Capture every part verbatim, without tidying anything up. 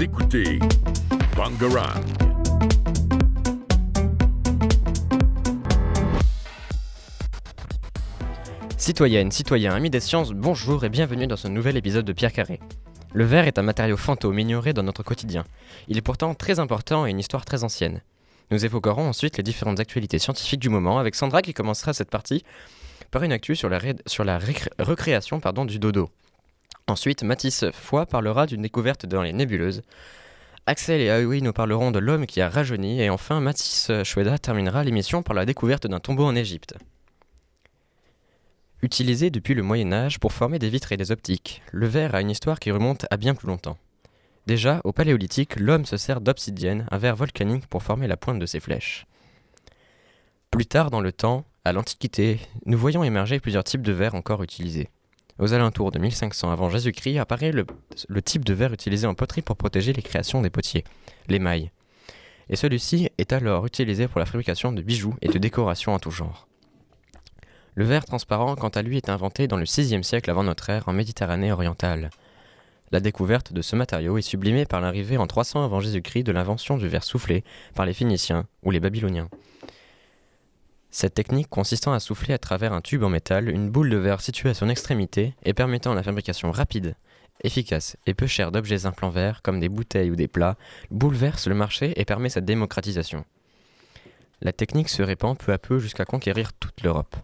Vous écoutez Bangarang. Citoyennes, citoyens, amis des sciences, bonjour et bienvenue dans ce nouvel épisode de Pierre Carré. Le verre est un matériau fantôme ignoré dans notre quotidien. Il est pourtant très important et une histoire très ancienne. Nous évoquerons ensuite les différentes actualités scientifiques du moment avec Sandra qui commencera cette partie par une actu sur la, ré- sur la récré- recréation pardon, du dodo. Ensuite, Mathis Foy parlera d'une découverte dans les nébuleuses. Axel et Aoui nous parleront de l'homme qui a rajeuni et enfin Mathis Choueda terminera l'émission par la découverte d'un tombeau en Égypte. Utilisé depuis le Moyen-Âge pour former des vitres et des optiques, le verre a une histoire qui remonte à bien plus longtemps. Déjà, au Paléolithique, l'homme se sert d'obsidienne, un verre volcanique pour former la pointe de ses flèches. Plus tard dans le temps, à l'Antiquité, nous voyons émerger plusieurs types de verres encore utilisés. Aux alentours de mille cinq cents avant Jésus-Christ apparaît le, le type de verre utilisé en poterie pour protéger les créations des potiers, l'émail. Et celui-ci est alors utilisé pour la fabrication de bijoux et de décorations en tout genre. Le verre transparent, quant à lui, est inventé dans le sixième siècle avant notre ère en Méditerranée orientale. La découverte de ce matériau est sublimée par l'arrivée en trois cents avant Jésus-Christ de l'invention du verre soufflé par les Phéniciens ou les Babyloniens. Cette technique consistant à souffler à travers un tube en métal une boule de verre située à son extrémité et permettant la fabrication rapide, efficace et peu chère d'objets simples en verre comme des bouteilles ou des plats, bouleverse le marché et permet sa démocratisation. La technique se répand peu à peu jusqu'à conquérir toute l'Europe.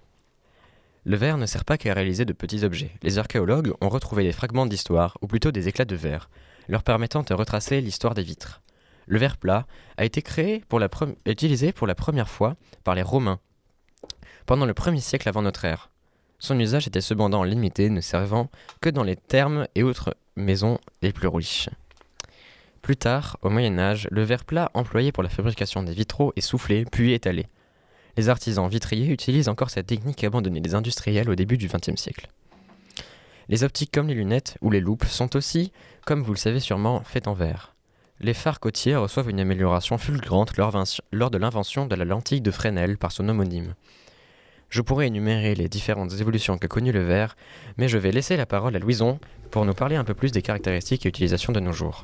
Le verre ne sert pas qu'à réaliser de petits objets. Les archéologues ont retrouvé des fragments d'histoire, ou plutôt des éclats de verre, leur permettant de retracer l'histoire des vitres. Le verre plat a été créé pour la pre- utilisé pour la première fois par les Romains, pendant le premier siècle avant notre ère. Son usage était cependant limité, ne servant que dans les thermes et autres maisons les plus riches. Plus tard, au Moyen-Âge, le verre plat employé pour la fabrication des vitraux est soufflé puis étalé. Les artisans vitriers utilisent encore cette technique abandonnée des industriels au début du vingtième siècle. Les optiques comme les lunettes ou les loupes sont aussi, comme vous le savez sûrement, faites en verre. Les phares côtiers reçoivent une amélioration fulgurante lors, vinci- lors de l'invention de la lentille de Fresnel par son homonyme. Je pourrais énumérer les différentes évolutions qu'a connues le verre, mais je vais laisser la parole à Louison pour nous parler un peu plus des caractéristiques et utilisations de nos jours.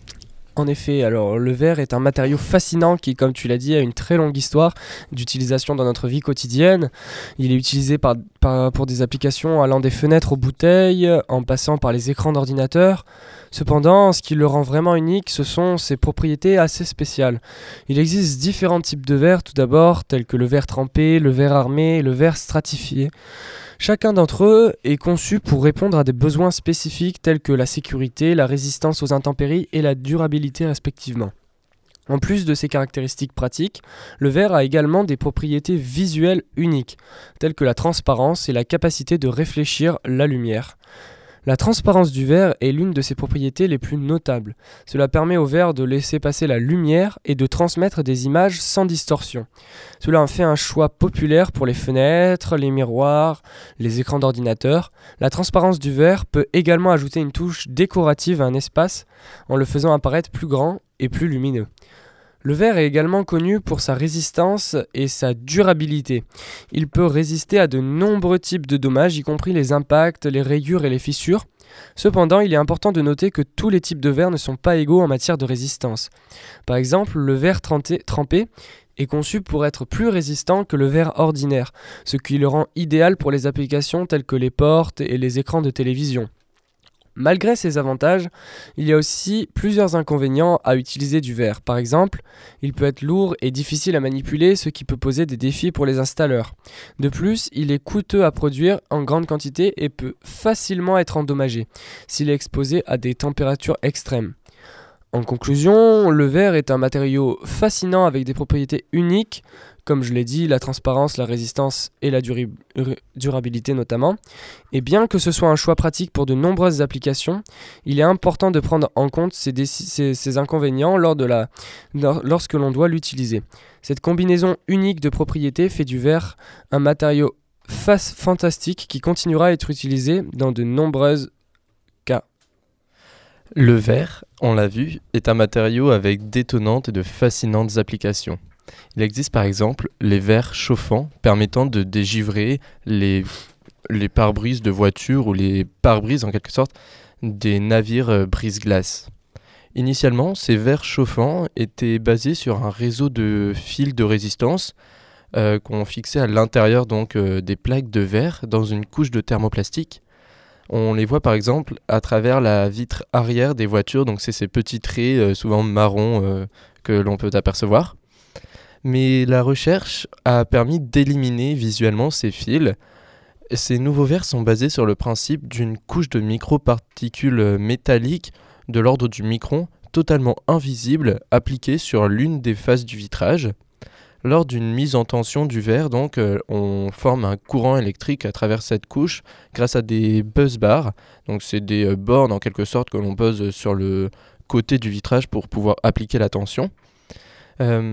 En effet, alors le verre est un matériau fascinant qui, comme tu l'as dit, a une très longue histoire d'utilisation dans notre vie quotidienne. Il est utilisé par, par, pour des applications allant des fenêtres aux bouteilles, en passant par les écrans d'ordinateur. Cependant, ce qui le rend vraiment unique, ce sont ses propriétés assez spéciales. Il existe différents types de verre, tout d'abord, tels que le verre trempé, le verre armé et le verre stratifié. Chacun d'entre eux est conçu pour répondre à des besoins spécifiques tels que la sécurité, la résistance aux intempéries et la durabilité respectivement. En plus de ces caractéristiques pratiques, le verre a également des propriétés visuelles uniques, telles que la transparence et la capacité de réfléchir la lumière. La transparence du verre est l'une de ses propriétés les plus notables. Cela permet au verre de laisser passer la lumière et de transmettre des images sans distorsion. Cela en fait un choix populaire pour les fenêtres, les miroirs, les écrans d'ordinateur. La transparence du verre peut également ajouter une touche décorative à un espace en le faisant apparaître plus grand et plus lumineux. Le verre est également connu pour sa résistance et sa durabilité. Il peut résister à de nombreux types de dommages, y compris les impacts, les rayures et les fissures. Cependant, il est important de noter que tous les types de verre ne sont pas égaux en matière de résistance. Par exemple, le verre trempé est conçu pour être plus résistant que le verre ordinaire, ce qui le rend idéal pour les applications telles que les portes et les écrans de télévision. Malgré ces avantages, il y a aussi plusieurs inconvénients à utiliser du verre. Par exemple, il peut être lourd et difficile à manipuler, ce qui peut poser des défis pour les installeurs. De plus, il est coûteux à produire en grande quantité et peut facilement être endommagé s'il est exposé à des températures extrêmes. En conclusion, le verre est un matériau fascinant avec des propriétés uniques, comme je l'ai dit, la transparence, la résistance et la duri- durabilité notamment. Et bien que ce soit un choix pratique pour de nombreuses applications, il est important de prendre en compte ces, déci- ces, ces inconvénients lors de la, lors, lorsque l'on doit l'utiliser. Cette combinaison unique de propriétés fait du verre un matériau face fantastique qui continuera à être utilisé dans de nombreuses cas. Le verre, on l'a vu, est un matériau avec d'étonnantes et de fascinantes applications. Il existe par exemple les verres chauffants permettant de dégivrer les, les pare-brises de voitures ou les pare-brises en quelque sorte des navires brise-glace. Initialement, ces verres chauffants étaient basés sur un réseau de fils de résistance euh, qu'on fixait à l'intérieur donc euh, des plaques de verre dans une couche de thermoplastique. On les voit par exemple à travers la vitre arrière des voitures, donc c'est ces petits traits euh, souvent marrons euh, que l'on peut apercevoir. Mais la recherche a permis d'éliminer visuellement ces fils. Ces nouveaux verres sont basés sur le principe d'une couche de microparticules métalliques de l'ordre du micron, totalement invisible, appliquée sur l'une des faces du vitrage. Lors d'une mise en tension du verre, donc, euh, on forme un courant électrique à travers cette couche grâce à des buzz bars. Donc, c'est des euh, bornes en quelque sorte que l'on pose sur le côté du vitrage pour pouvoir appliquer la tension. Euh,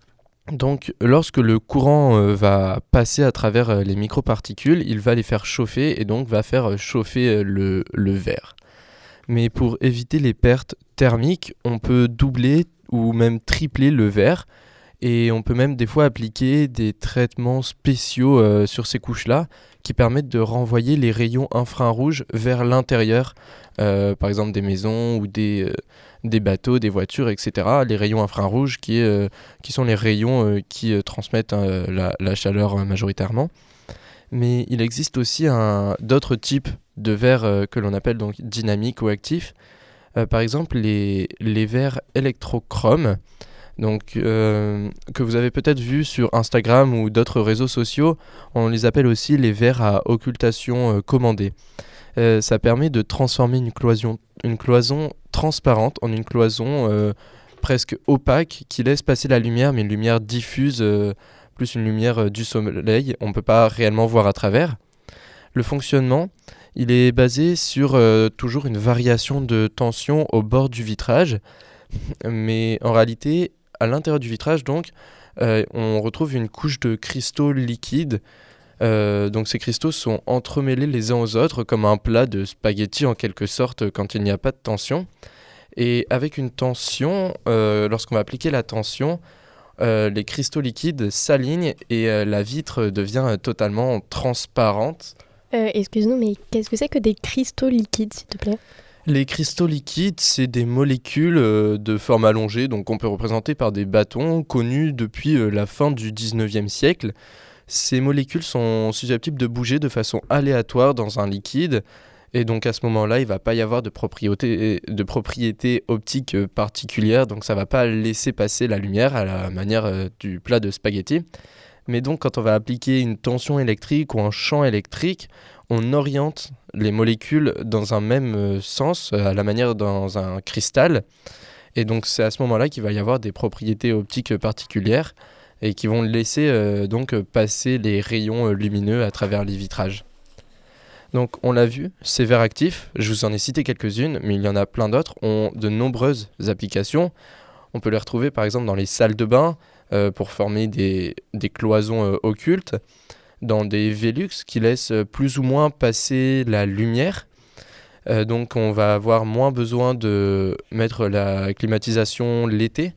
donc, lorsque le courant euh, va passer à travers euh, les microparticules, il va les faire chauffer et donc va faire euh, chauffer euh, le, le verre. Mais pour éviter les pertes thermiques, on peut doubler ou même tripler le verre. Et on peut même des fois appliquer des traitements spéciaux euh, sur ces couches-là qui permettent de renvoyer les rayons infrarouges vers l'intérieur, euh, par exemple des maisons ou des, euh, des bateaux, des voitures, et cetera. Les rayons infrarouges qui, euh, qui sont les rayons euh, qui euh, transmettent euh, la, la chaleur euh, majoritairement. Mais il existe aussi un, d'autres types de verres euh, que l'on appelle donc dynamiques ou actifs. Euh, par exemple, les, les verres électrochromes. Donc, euh, que vous avez peut-être vu sur Instagram ou d'autres réseaux sociaux, on les appelle aussi les verres à occultation euh, commandée. Euh, ça permet de transformer une cloison, une cloison transparente en une cloison euh, presque opaque qui laisse passer la lumière, mais une lumière diffuse, euh, plus une lumière euh, du soleil, on ne peut pas réellement voir à travers. Le fonctionnement, il est basé sur euh, toujours une variation de tension au bord du vitrage, mais en réalité, à l'intérieur du vitrage, donc, euh, on retrouve une couche de cristaux liquides. Euh, donc ces cristaux sont entremêlés les uns aux autres comme un plat de spaghettis en quelque sorte quand il n'y a pas de tension. Et avec une tension, euh, lorsqu'on va appliquer la tension, euh, les cristaux liquides s'alignent et euh, la vitre devient totalement transparente. Euh, excuse-nous, mais qu'est-ce que c'est que des cristaux liquides, s'il te plaît ? Les cristaux liquides, c'est des molécules euh, de forme allongée, donc on peut représenter par des bâtons connus depuis euh, la fin du dix-neuvième siècle. Ces molécules sont susceptibles de bouger de façon aléatoire dans un liquide, et donc à ce moment-là, il ne va pas y avoir de propriété, de propriété optique euh, particulière, donc ça ne va pas laisser passer la lumière à la manière euh, du plat de spaghetti. Mais donc quand on va appliquer une tension électrique ou un champ électrique, on oriente les molécules dans un même euh, sens, euh, à la manière dans un cristal. Et donc c'est à ce moment-là qu'il va y avoir des propriétés optiques particulières et qui vont laisser euh, donc passer les rayons euh, lumineux à travers les vitrages. Donc on l'a vu, ces verres actifs, je vous en ai cité quelques-unes, mais il y en a plein d'autres, ont de nombreuses applications. On peut les retrouver par exemple dans les salles de bain euh, pour former des, des cloisons euh, occultes, dans des Velux qui laissent plus ou moins passer la lumière. Euh, donc on va avoir moins besoin de mettre la climatisation l'été.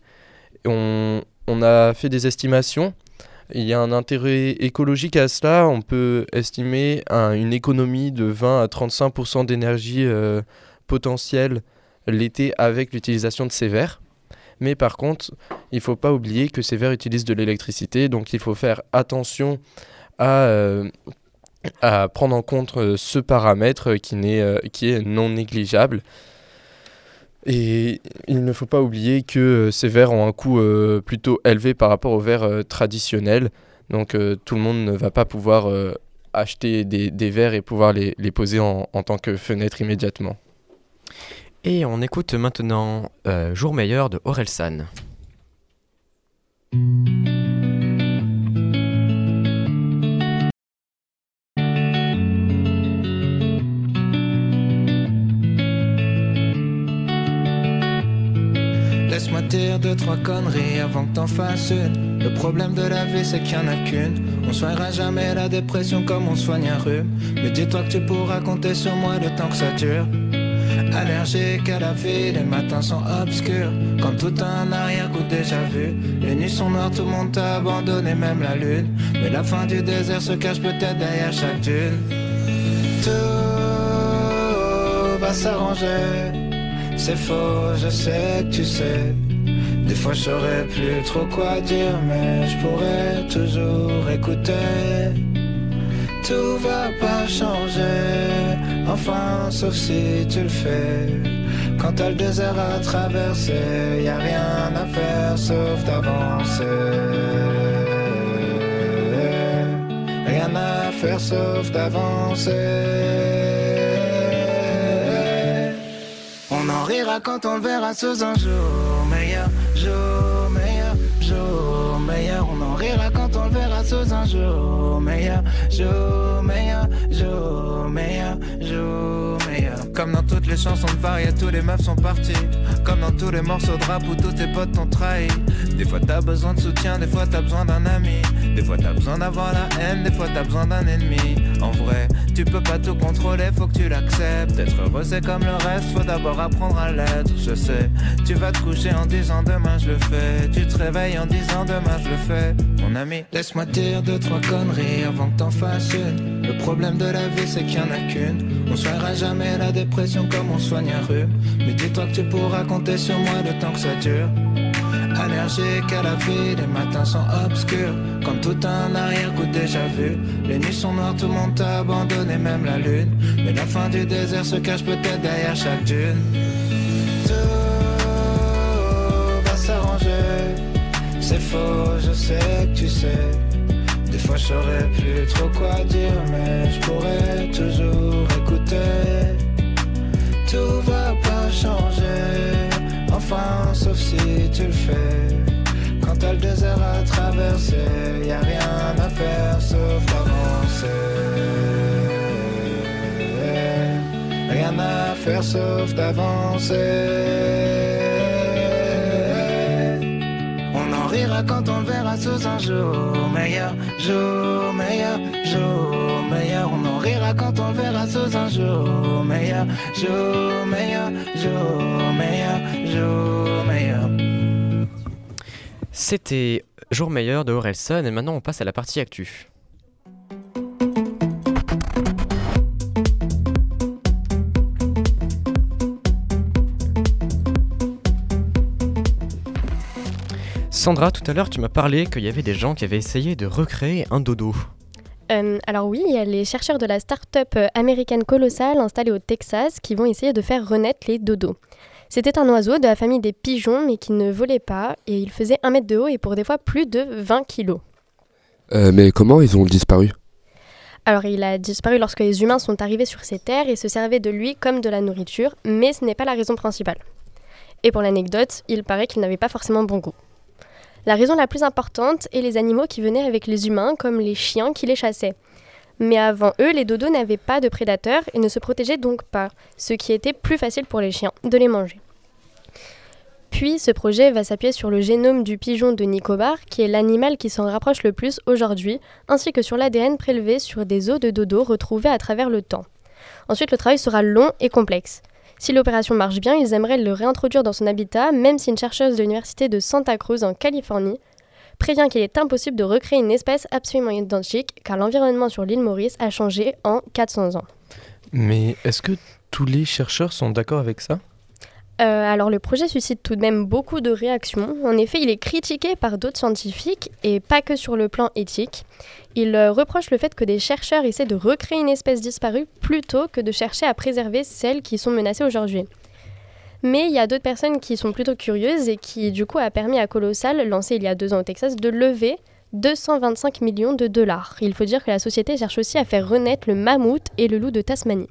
On, on a fait des estimations. Il y a un intérêt écologique à cela. On peut estimer un, une économie de vingt à trente-cinq pour cent d'énergie euh, potentielle l'été avec l'utilisation de ces verres. Mais par contre, il ne faut pas oublier que ces verres utilisent de l'électricité. Donc il faut faire attention À, euh, à prendre en compte euh, ce paramètre qui, n'est, euh, qui est non négligeable. Et il ne faut pas oublier que euh, ces verres ont un coût euh, plutôt élevé par rapport aux verres euh, traditionnels. Donc euh, tout le monde ne va pas pouvoir euh, acheter des, des verres et pouvoir les, les poser en, en tant que fenêtre immédiatement. Et on écoute maintenant euh, Jour meilleur de Orelsan. Laisse-moi dire deux, trois conneries avant que t'en fasses une. Le problème de la vie c'est qu'il y en a qu'une. On soignera jamais la dépression comme on soigne un rhume. Mais dis-toi que tu pourras compter sur moi le temps que ça dure. Allergique à la vie, les matins sont obscurs. Comme tout un arrière-goût déjà vu. Les nuits sont noires, tout le monde t'a abandonné, même la lune. Mais la fin du désert se cache peut-être derrière chaque dune. Tout va s'arranger. C'est faux, je sais que tu sais. Des fois je saurais plus trop quoi dire, mais je pourrais toujours écouter. Tout va pas changer, enfin sauf si tu le fais. Quand t'as le désert à traverser, y a rien à faire sauf d'avancer. Rien à faire sauf d'avancer. On en rira quand on le verra sous un jour meilleur, jour meilleur, jour meilleur. On en rira quand on le verra sous un jour meilleur, jour meilleur, jour meilleur, jour meilleur. Comme dans toutes les chansons de Faria, tous les meufs sont partis. Comme dans tous les morceaux de rap où tous tes potes t'ont trahi. Des fois t'as besoin de soutien, des fois t'as besoin d'un ami. Des fois t'as besoin d'avoir la haine, des fois t'as besoin d'un ennemi. En vrai, tu peux pas tout contrôler, faut que tu l'acceptes. Être heureux c'est comme le reste, faut d'abord apprendre à l'être. Je sais, tu vas te coucher en disant demain je le fais. Tu te réveilles en disant demain je le fais. Mon ami, laisse-moi dire deux trois conneries avant que t'en fasses une. Le problème de la vie c'est qu'il y en a qu'une. On soignera jamais la dépression comme on soigne un rhume. Mais dis-toi que tu pourras compter sur moi le temps que ça dure. Allergique à la vie, les matins sont obscurs. Comme tout un arrière-goût déjà vu. Les nuits sont noires, tout le monde t'a abandonné, même la lune. Mais la fin du désert se cache peut-être derrière chaque dune. Tout va s'arranger. C'est faux, je sais que tu sais. Des fois je saurais plus trop quoi dire, mais je pourrais toujours écouter. Tout va pas changer, enfin sauf si tu le fais. Quand t'as le désert à traverser, y a rien à faire sauf d'avancer. Rien à faire sauf d'avancer. On en rira quand on le verra sous un jour meilleur, jour meilleur, jour meilleur. On en rira quand on le verra sous un jour meilleur, jour meilleur, jour meilleur, jour meilleur. C'était Jour meilleur de Orelsan et maintenant on passe à la partie actu. Sandra, tout à l'heure tu m'as parlé qu'il y avait des gens qui avaient essayé de recréer un dodo. Euh, alors oui, il y a les chercheurs de la start-up américaine Colossal installée au Texas qui vont essayer de faire renaître les dodos. C'était un oiseau de la famille des pigeons mais qui ne volait pas et il faisait un mètre de haut et pour des fois plus de vingt kilos. Euh, mais comment ils ont disparu ? Alors il a disparu lorsque les humains sont arrivés sur ces terres et se servaient de lui comme de la nourriture, mais ce n'est pas la raison principale. Et pour l'anecdote, il paraît qu'il n'avait pas forcément bon goût. La raison la plus importante est les animaux qui venaient avec les humains, comme les chiens qui les chassaient. Mais avant eux, les dodos n'avaient pas de prédateurs et ne se protégeaient donc pas, ce qui était plus facile pour les chiens de les manger. Puis ce projet va s'appuyer sur le génome du pigeon de Nicobar, qui est l'animal qui s'en rapproche le plus aujourd'hui, ainsi que sur l'A D N prélevé sur des os de dodo retrouvés à travers le temps. Ensuite, le travail sera long et complexe. Si l'opération marche bien, ils aimeraient le réintroduire dans son habitat, même si une chercheuse de l'université de Santa Cruz en Californie prévient qu'il est impossible de recréer une espèce absolument identique, car l'environnement sur l'île Maurice a changé en quatre cents ans. Mais est-ce que tous les chercheurs sont d'accord avec ça ? Euh, alors le projet suscite tout de même beaucoup de réactions. En effet, il est critiqué par d'autres scientifiques, et pas que sur le plan éthique. Il euh, reproche le fait que des chercheurs essaient de recréer une espèce disparue plutôt que de chercher à préserver celles qui sont menacées aujourd'hui. Mais il y a d'autres personnes qui sont plutôt curieuses et qui du coup a permis à Colossal, lancé il y a deux ans au Texas, de lever deux cent vingt-cinq millions de dollars. Il faut dire que la société cherche aussi à faire renaître le mammouth et le loup de Tasmanie.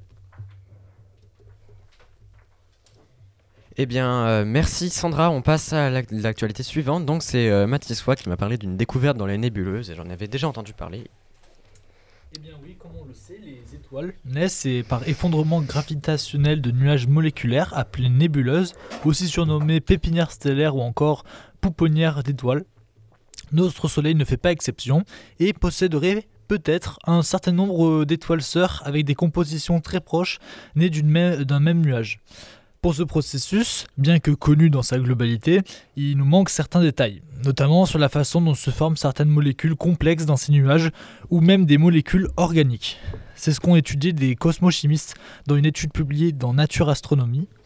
Eh bien, euh, merci Sandra. On passe à l'ac- l'actualité suivante. Donc, c'est euh, Mathis Watt qui m'a parlé d'une découverte dans les nébuleuses et j'en avais déjà entendu parler. Eh bien oui, comme on le sait, les étoiles naissent et par effondrement gravitationnel de nuages moléculaires appelés nébuleuses, aussi surnommées pépinières stellaires ou encore pouponnières d'étoiles. Notre Soleil ne fait pas exception et posséderait peut-être un certain nombre d'étoiles sœurs avec des compositions très proches nées d'une mê- d'un même nuage. Pour ce processus, bien que connu dans sa globalité, il nous manque certains détails, notamment sur la façon dont se forment certaines molécules complexes dans ces nuages, ou même des molécules organiques. C'est ce qu'ont étudié des cosmochimistes dans une étude publiée dans Nature Astronomy.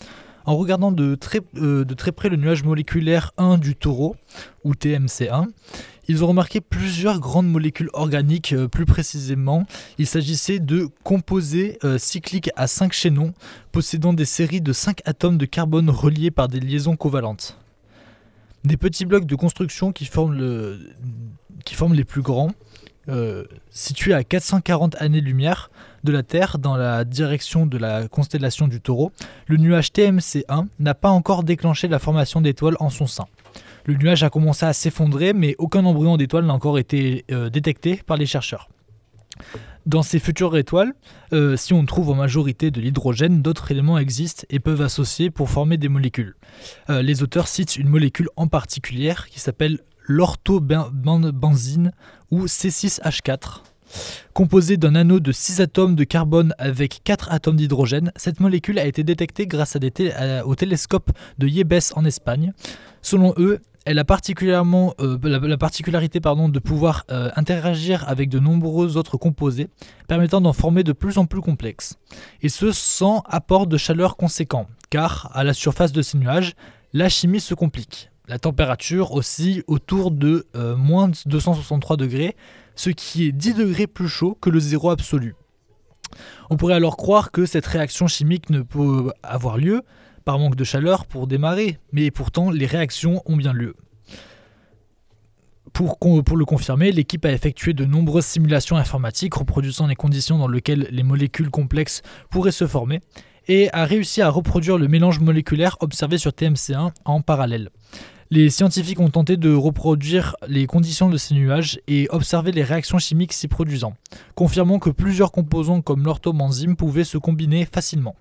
En regardant de très, euh, de très près le nuage moléculaire un du taureau, ou T M C un, ils ont remarqué plusieurs grandes molécules organiques. Euh, plus précisément, il s'agissait de composés euh, cycliques à cinq chaînons, possédant des séries de cinq atomes de carbone reliés par des liaisons covalentes. Des petits blocs de construction qui forment, le, qui forment les plus grands, euh, situés à quatre cent quarante années-lumière de la Terre dans la direction de la constellation du Taureau, le nuage T M C un n'a pas encore déclenché la formation d'étoiles en son sein. Le nuage a commencé à s'effondrer, mais aucun embryon d'étoile n'a encore été euh, détecté par les chercheurs. Dans ces futures étoiles, euh, si on trouve en majorité de l'hydrogène, d'autres éléments existent et peuvent associer pour former des molécules. Euh, les auteurs citent une molécule en particulier qui s'appelle l'orthobenzine ou C six H quatre. Composée d'un anneau de six atomes de carbone avec quatre atomes d'hydrogène, cette molécule a été détectée grâce à des té- à, au télescope de Yebes en Espagne. Selon eux, elle a particulièrement, euh, la, la particularité pardon, de pouvoir euh, interagir avec de nombreux autres composés, permettant d'en former de plus en plus complexes. Et ce, sans apport de chaleur conséquent, car à la surface de ces nuages, la chimie se complique. La température oscille autour de euh, moins deux cent soixante-trois degrés, ce qui est dix degrés plus chaud que le zéro absolu. On pourrait alors croire que cette réaction chimique ne peut avoir lieu par manque de chaleur pour démarrer, mais pourtant les réactions ont bien lieu. Pour, pour le confirmer, l'équipe a effectué de nombreuses simulations informatiques reproduisant les conditions dans lesquelles les molécules complexes pourraient se former, et a réussi à reproduire le mélange moléculaire observé sur T M C un en parallèle. Les scientifiques ont tenté de reproduire les conditions de ces nuages et observer les réactions chimiques s'y produisant, confirmant que plusieurs composants comme l'orthobenzyme pouvaient se combiner facilement.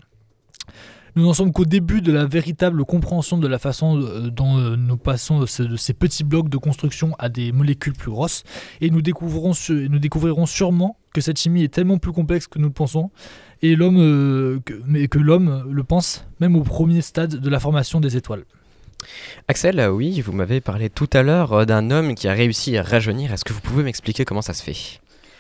Nous n'en sommes qu'au début de la véritable compréhension de la façon dont nous passons de ces petits blocs de construction à des molécules plus grosses, et nous découvrirons, nous découvrirons sûrement que cette chimie est tellement plus complexe que nous le pensons, et l'homme, euh, que, mais que l'homme le pense même au premier stade de la formation des étoiles. Axel, euh, oui, vous m'avez parlé tout à l'heure euh, d'un homme qui a réussi à rajeunir. Est-ce que vous pouvez m'expliquer comment ça se fait ?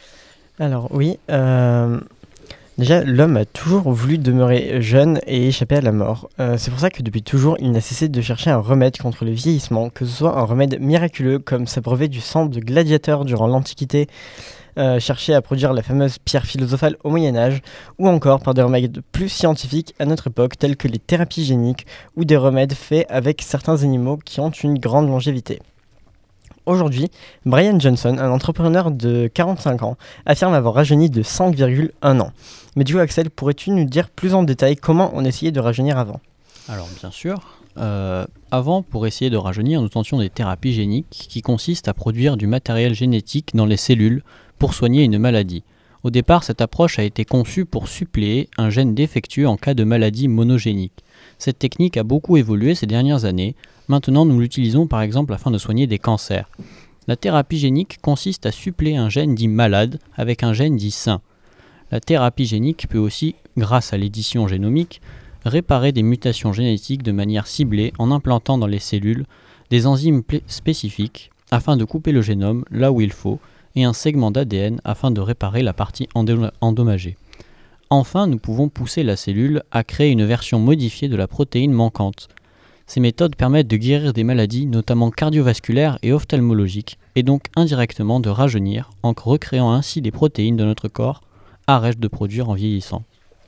Alors oui, euh, déjà l'homme a toujours voulu demeurer jeune et échapper à la mort. Euh, c'est pour ça que depuis toujours il n'a cessé de chercher un remède contre le vieillissement, que ce soit un remède miraculeux comme s'abreuver du sang de gladiateurs durant l'Antiquité, Euh, chercher à produire la fameuse pierre philosophale au Moyen-Âge, ou encore par des remèdes plus scientifiques à notre époque, tels que les thérapies géniques ou des remèdes faits avec certains animaux qui ont une grande longévité. Aujourd'hui, Brian Johnson, un entrepreneur de quarante-cinq ans, affirme avoir rajeuni de cinq virgule un ans. Mais du coup, Axel, pourrais-tu nous dire plus en détail comment on essayait de rajeunir avant ? Alors bien sûr, euh, avant pour essayer de rajeunir, nous tentions des thérapies géniques qui consistent à produire du matériel génétique dans les cellules pour soigner une maladie. Au départ, cette approche a été conçue pour suppléer un gène défectueux en cas de maladie monogénique. Cette technique a beaucoup évolué ces dernières années. Maintenant, nous l'utilisons par exemple afin de soigner des cancers. La thérapie génique consiste à suppléer un gène dit malade avec un gène dit sain. La thérapie génique peut aussi, grâce à l'édition génomique, réparer des mutations génétiques de manière ciblée en implantant dans les cellules des enzymes pl- spécifiques afin de couper le génome là où il faut et un segment d'A D N afin de réparer la partie endo- endommagée. Enfin, nous pouvons pousser la cellule à créer une version modifiée de la protéine manquante. Ces méthodes permettent de guérir des maladies, notamment cardiovasculaires et ophtalmologiques, et donc indirectement de rajeunir en recréant ainsi des protéines de notre corps arrêtent de produire en vieillissant.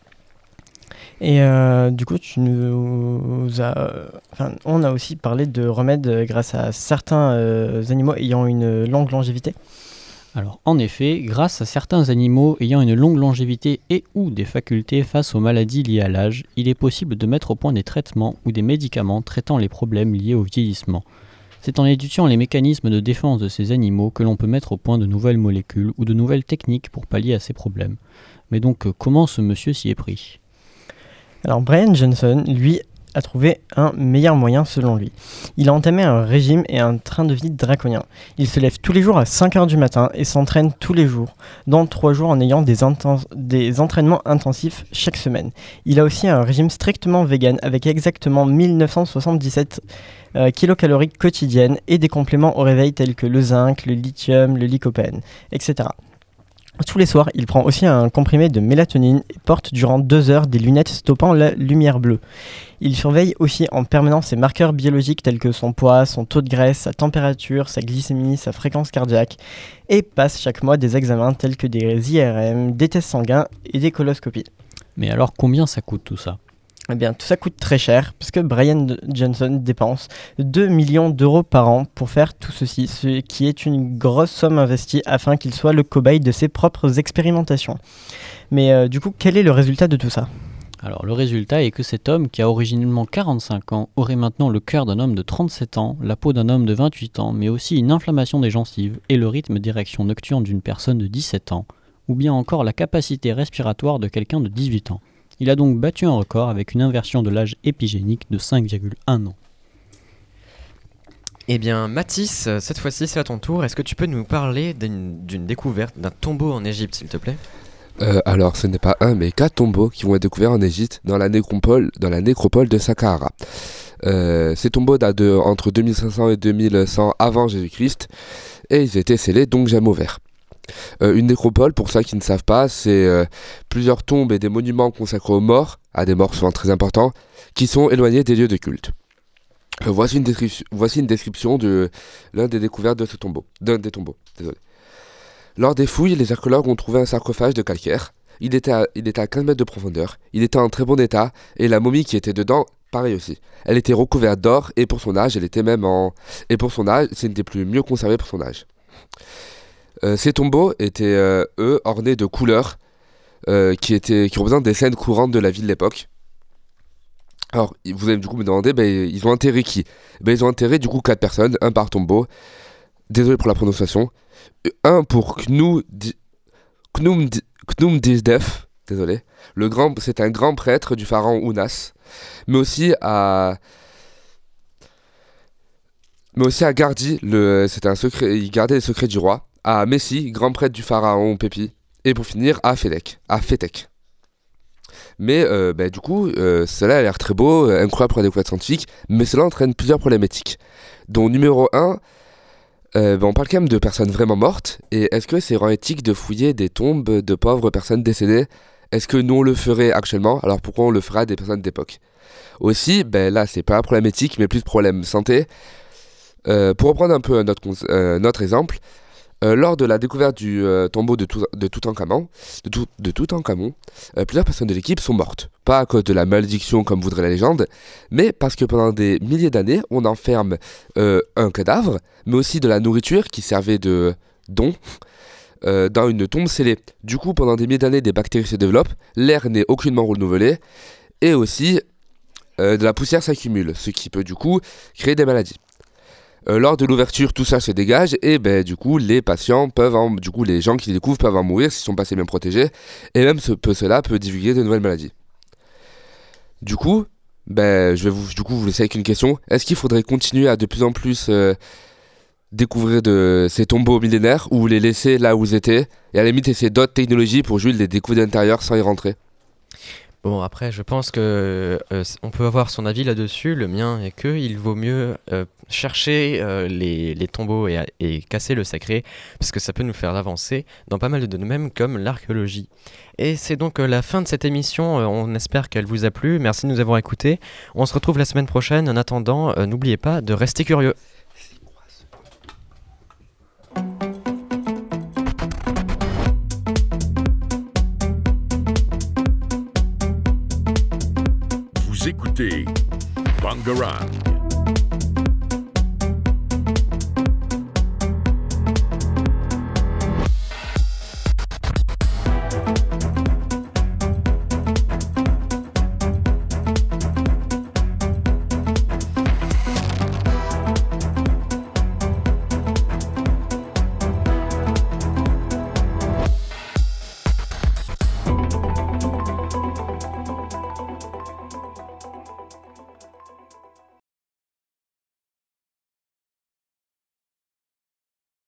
Et euh, du coup, tu nous as, enfin, on a aussi parlé de remèdes grâce à certains euh, animaux ayant une longue longévité. Alors, en effet, grâce à certains animaux ayant une longue longévité et ou des facultés face aux maladies liées à l'âge, il est possible de mettre au point des traitements ou des médicaments traitant les problèmes liés au vieillissement. C'est en étudiant les mécanismes de défense de ces animaux que l'on peut mettre au point de nouvelles molécules ou de nouvelles techniques pour pallier à ces problèmes. Mais donc, comment ce monsieur s'y est pris ? Alors Brian Johnson, lui, a trouvé un meilleur moyen selon lui. Il a entamé un régime et un train de vie draconien. Il se lève tous les jours à cinq heures du matin et s'entraîne tous les jours, dans trois jours en ayant des, inten- des entraînements intensifs chaque semaine. Il a aussi un régime strictement vegan avec exactement mille neuf cent soixante-dix-sept euh, kilocalories quotidiennes et des compléments au réveil tels que le zinc, le lithium, le lycopène, et cetera. Tous les soirs, il prend aussi un comprimé de mélatonine et porte durant deux heures des lunettes stoppant la lumière bleue. Il surveille aussi en permanence ses marqueurs biologiques tels que son poids, son taux de graisse, sa température, sa glycémie, sa fréquence cardiaque et passe chaque mois des examens tels que des I R M, des tests sanguins et des coloscopies. Mais alors combien ça coûte tout ça ? Eh bien, tout ça coûte très cher, puisque Brian Johnson dépense deux millions d'euros par an pour faire tout ceci, ce qui est une grosse somme investie afin qu'il soit le cobaye de ses propres expérimentations. Mais euh, du coup, quel est le résultat de tout ça ? Alors le résultat est que cet homme, qui a originellement quarante-cinq ans, aurait maintenant le cœur d'un homme de trente-sept ans, la peau d'un homme de vingt-huit ans, mais aussi une inflammation des gencives et le rythme d'érection nocturne d'une personne de dix-sept ans, ou bien encore la capacité respiratoire de quelqu'un de dix-huit ans. Il a donc battu un record avec une inversion de l'âge épigénique de cinq virgule un ans. Eh bien, Mathis, cette fois-ci, c'est à ton tour. Est-ce que tu peux nous parler d'une, d'une découverte d'un tombeau en Égypte, s'il te plaît ? Euh, alors, ce n'est pas un, mais quatre tombeaux qui vont être découverts en Égypte, dans la nécropole, dans la nécropole de Saqqara. Euh, ces tombeaux datent de, entre deux mille cinq cents et deux mille cent avant Jésus-Christ, et ils étaient scellés donc jamais ouverts. Euh, une nécropole, pour ceux qui ne savent pas, c'est euh, plusieurs tombes et des monuments consacrés aux morts, à des morts souvent très importants, qui sont éloignés des lieux de culte. Euh, voici, une description, voici une description de l'un des découvertes de ce tombeau, d'un des tombeaux. Désolé. Lors des fouilles, les archéologues ont trouvé un sarcophage de calcaire. Il était, à, il était à quinze mètres de profondeur, il était en très bon état, et la momie qui était dedans, pareil aussi. Elle était recouverte d'or, et pour son âge, elle était même en... Et pour son âge, c'est une des plus mieux conservées pour son âge. Euh, ces tombeaux étaient, euh, eux, ornés de couleurs euh, qui, étaient, qui représentent des scènes courantes de la vie de l'époque. Alors, vous allez du coup me demander, ben, ils ont enterré qui ? Ben, ils ont enterré du coup quatre personnes, un par tombeau. Désolé pour la prononciation. Un pour Khnum-Dizdef, désolé. Le grand, c'est un grand prêtre du pharaon Ounas. Mais aussi à... Mais aussi à Gardi, le, c'était un secret, il gardait les secrets du roi. À Messi, grand prêtre du pharaon Pépi, et pour finir à Fétek, à Fétek. Mais euh, bah, du coup, euh, cela a l'air très beau, euh, incroyable pour la découverte scientifique, mais cela entraîne plusieurs problématiques. Dont numéro un, euh, bah, on parle quand même de personnes vraiment mortes, et est-ce que c'est vraiment éthique de fouiller des tombes de pauvres personnes décédées ? Est-ce que nous on le ferait actuellement ? Alors pourquoi on le ferait à des personnes d'époque ? Aussi, bah, là c'est pas un problème éthique, mais plus de problème santé. Euh, pour reprendre un peu notre, euh, notre exemple, Euh, lors de la découverte du euh, tombeau de, tout, de Toutankhamon, de, tout, de Toutankhamon euh, plusieurs personnes de l'équipe sont mortes. Pas à cause de la malédiction comme voudrait la légende, mais parce que pendant des milliers d'années, on enferme euh, un cadavre, mais aussi de la nourriture qui servait de don euh, dans une tombe scellée. Du coup, pendant des milliers d'années, des bactéries se développent, l'air n'est aucunement renouvelé, et aussi euh, de la poussière s'accumule, ce qui peut du coup créer des maladies. Euh, lors de l'ouverture, tout ça se dégage et ben du coup les patients peuvent, en, du coup les gens qui les découvrent peuvent en mourir s'ils sont pas assez bien protégés et même ce, peu, cela peut divulguer de nouvelles maladies. Du coup, ben je vais vous, du coup vous laisser avec une question. Est-ce qu'il faudrait continuer à de plus en plus euh, découvrir de ces tombeaux millénaires ou les laisser là où ils étaient et à la limite essayer d'autres technologies pour juste les découvrir de l'intérieur sans y rentrer? Bon, après, je pense que euh, on peut avoir son avis là-dessus. Le mien est qu'il vaut mieux euh, chercher euh, les, les tombeaux et, et casser le sacré, parce que ça peut nous faire avancer dans pas mal de domaines comme l'archéologie. Et c'est donc euh, la fin de cette émission. Euh, on espère qu'elle vous a plu. Merci de nous avoir écoutés. On se retrouve la semaine prochaine. En attendant, euh, n'oubliez pas de rester curieux. Écoutez Bangarang.